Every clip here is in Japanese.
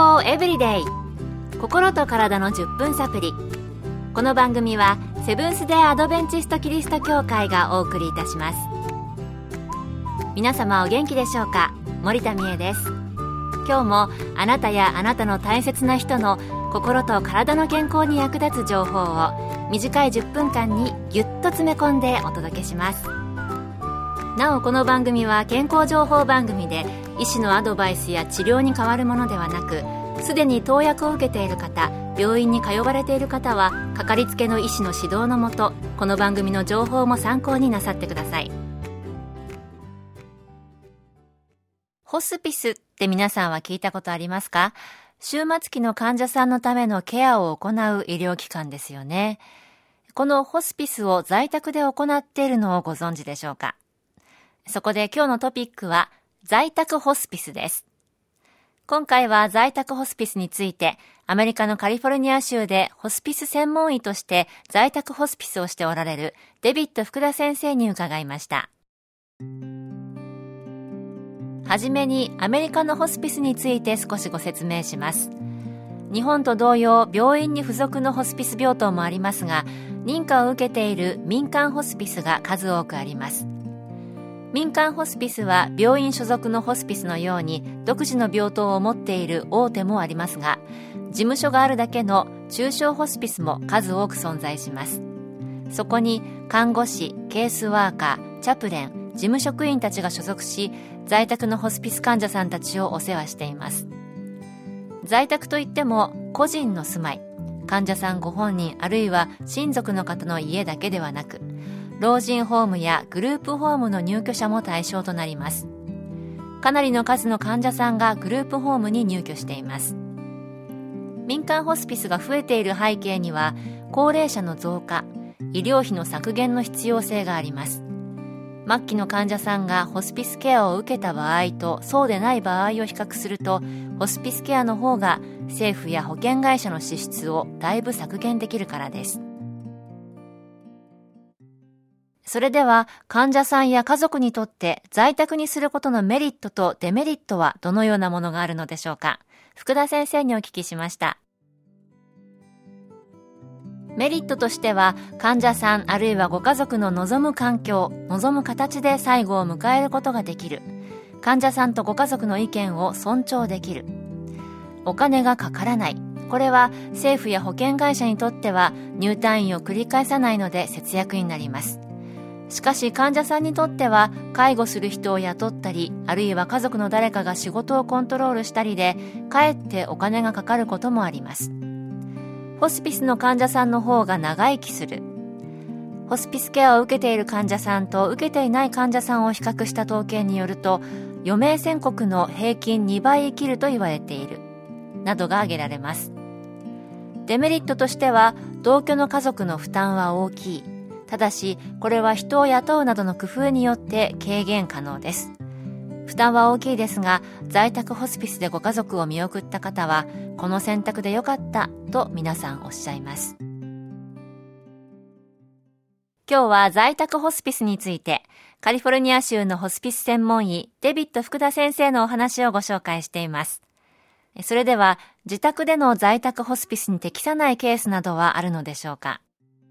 康エブリデイ、心と体の10分サプリ。この番組はセブンス・デー・アドベンチスト・キリスト教会がお送りいたします。皆様お元気でしょうか。森田美恵です。今日もあなたやあなたの大切な人の心と体の健康に役立つ情報を短い10分間にぎゅっと詰め込んでお届けします。なおこの番組は健康情報番組で医師のアドバイスや治療に代わるものではなく、すでに投薬を受けている方、病院に通われている方はかかりつけの医師の指導のもと、この番組の情報も参考になさってください。ホスピスって皆さんは聞いたことありますか？終末期の患者さんのためのケアを行う医療機関ですよね。このホスピスを在宅で行っているのをご存知でしょうか？そこで今日のトピックは在宅ホスピスです。今回は在宅ホスピスについて、アメリカのカリフォルニア州でホスピス専門医として在宅ホスピスをしておられるデビッド福田先生に伺いました。はじめにアメリカのホスピスについて少しご説明します。日本と同様、病院に付属のホスピス病棟もありますが、認可を受けている民間ホスピスが数多くあります。民間ホスピスは病院所属のホスピスのように独自の病棟を持っている大手もありますが、事務所があるだけの中小ホスピスも数多く存在します。そこに看護師、ケースワーカー、チャプレン、事務職員たちが所属し、在宅のホスピス患者さんたちをお世話しています。在宅といっても個人の住まい、患者さんご本人あるいは親族の方の家だけではなく、老人ホームやグループホームの入居者も対象となります。かなりの数の患者さんがグループホームに入居しています。民間ホスピスが増えている背景には、高齢者の増加、医療費の削減の必要性があります。末期の患者さんがホスピスケアを受けた場合とそうでない場合を比較すると、ホスピスケアの方が政府や保険会社の支出をだいぶ削減できるからです。それでは患者さんや家族にとって在宅にすることのメリットとデメリットはどのようなものがあるのでしょうか？福田先生にお聞きしました。メリットとしては、患者さんあるいはご家族の望む環境、望む形で最後を迎えることができる。患者さんとご家族の意見を尊重できる。お金がかからない。これは政府や保険会社にとっては入退院を繰り返さないので節約になります。しかし患者さんにとっては介護する人を雇ったり、あるいは家族の誰かが仕事をコントロールしたりで、かえってお金がかかることもあります。ホスピスの患者さんの方が長生きする。ホスピスケアを受けている患者さんと受けていない患者さんを比較した統計によると、余命宣告の平均2倍生きると言われている。などが挙げられます。デメリットとしては、同居の家族の負担は大きい。ただし、これは人を雇うなどの工夫によって軽減可能です。負担は大きいですが、在宅ホスピスでご家族を見送った方は、この選択でよかったと皆さんおっしゃいます。今日は在宅ホスピスについて、カリフォルニア州のホスピス専門医、デビッド福田先生のお話をご紹介しています。それでは、自宅での在宅ホスピスに適さないケースなどはあるのでしょうか？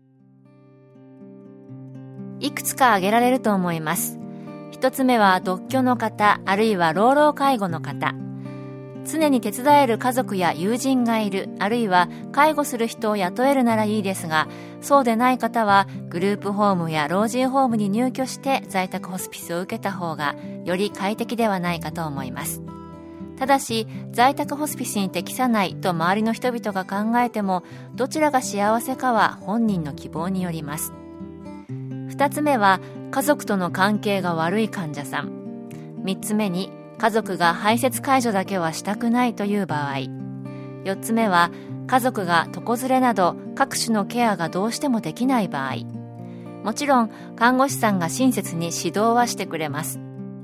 いくつか挙げられると思います。一つ目は独居の方、あるいは老老介護の方。常に手伝える家族や友人がいる、あるいは介護する人を雇えるならいいですが、そうでない方はグループホームや老人ホームに入居して在宅ホスピスを受けた方がより快適ではないかと思います。ただし、在宅ホスピスに適さないと周りの人々が考えても、どちらが幸せかは本人の希望によります。二つ目は家族との関係が悪い患者さん。三つ目に家族が排泄介助だけはしたくないという場合。四つ目は家族が床ずれなど各種のケアがどうしてもできない場合。もちろん看護師さんが親切に指導はしてくれます。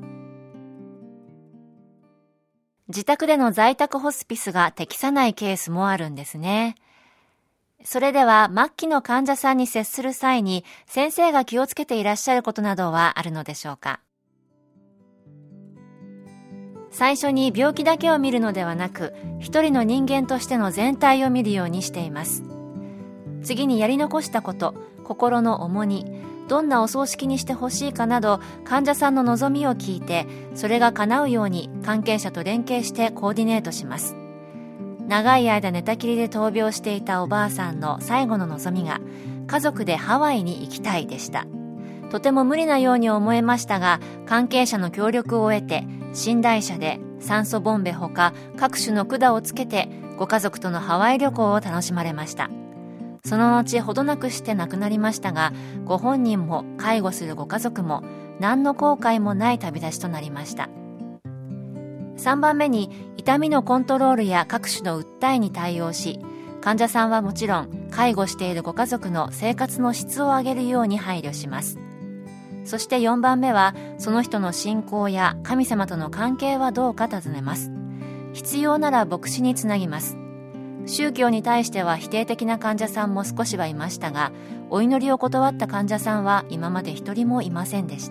自宅での在宅ホスピスが適さないケースもあるんですね。それでは末期の患者さんに接する際に先生が気をつけていらっしゃることなどはあるのでしょうか？ 最初に病気だけを見るのではなく、一人の人間としての全体を見るようにしています。次にやり残したこと、心の重荷、どんなお葬式にしてほしいかなど、患者さんの望みを聞いて、それが叶うように関係者と連携してコーディネートします。長い間寝たきりで闘病していたおばあさんの最後の望みが、家族でハワイに行きたいでした。とても無理なように思えましたが、関係者の協力を得て、寝台車で酸素ボンベほか各種の管をつけて、ご家族とのハワイ旅行を楽しまれました。その後ほどなくして亡くなりましたが、ご本人も介護するご家族も何の後悔もない旅立ちとなりました。3番目に、痛みのコントロールや各種の訴えに対応し、患者さんはもちろん介護しているご家族の生活の質を上げるように配慮します。そして4番目は、その人の信仰や神様との関係はどうか尋ねます。必要なら牧師につなぎます。宗教に対しては否定的な患者さんも少しはいましたが、お祈りを断った患者さんは今まで一人もいませんでした。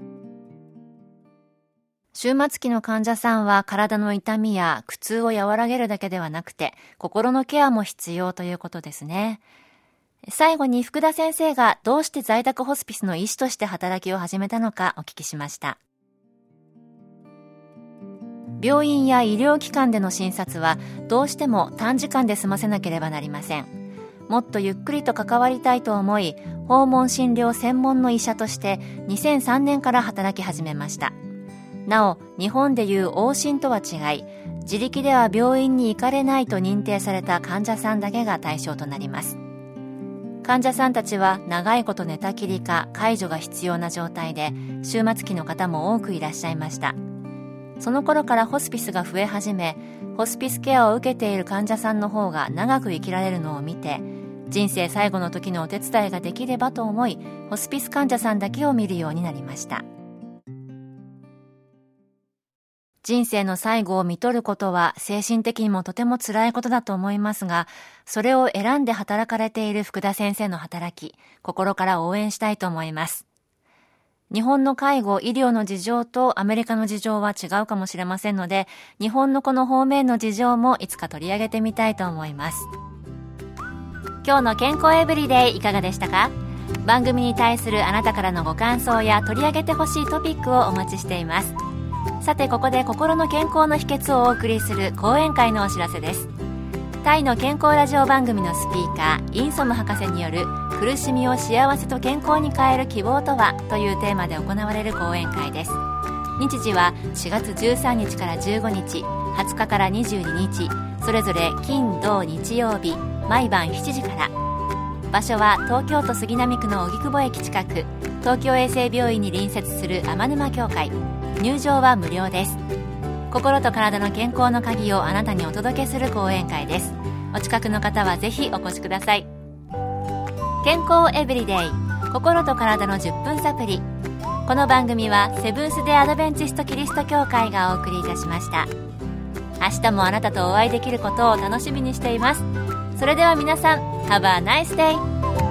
終末期の患者さんは体の痛みや苦痛を和らげるだけではなくて、心のケアも必要ということですね。最後に福田先生がどうして在宅ホスピスの医師として働きを始めたのかお聞きしました。病院や医療機関での診察はどうしても短時間で済ませなければなりません。もっとゆっくりと関わりたいと思い、訪問診療専門の医者として2003年から働き始めました。なお、日本でいう往診とは違い、自力では病院に行かれないと認定された患者さんだけが対象となります。患者さんたちは長いこと寝たきりか介助が必要な状態で、終末期の方も多くいらっしゃいました。その頃からホスピスが増え始め、ホスピスケアを受けている患者さんの方が長く生きられるのを見て、人生最後の時のお手伝いができればと思い、ホスピス患者さんだけを見るようになりました。人生の最後を看取ることは精神的にもとても辛いことだと思いますが、それを選んで働かれている福田先生の働き、心から応援したいと思います。日本の介護・医療の事情とアメリカの事情は違うかもしれませんので、日本のこの方面の事情もいつか取り上げてみたいと思います。今日の健康エブリデイいかがでしたか？番組に対するあなたからのご感想や取り上げてほしいトピックをお待ちしています。さて、ここで心の健康の秘訣をお送りする講演会のお知らせです。タイの健康ラジオ番組のスピーカーインソム博士による苦しみを幸せと健康に変える希望とはというテーマで行われる講演会です。日時は4月13日から15日、20日から22日、それぞれ金土日曜日毎晩7時から。場所は東京都杉並区の荻窪駅近く、東京衛生病院に隣接する天沼協会。入場は無料です。心と体の健康の鍵をあなたにお届けする講演会です。お近くの方はぜひお越しください。健康エブリデイ、心と体の10分サプリ。この番組はセブンス・デ・アドベンチスト・キリスト教会がお送りいたしました。明日もあなたとお会いできることを楽しみにしています。それでは皆さん、Have a nice day!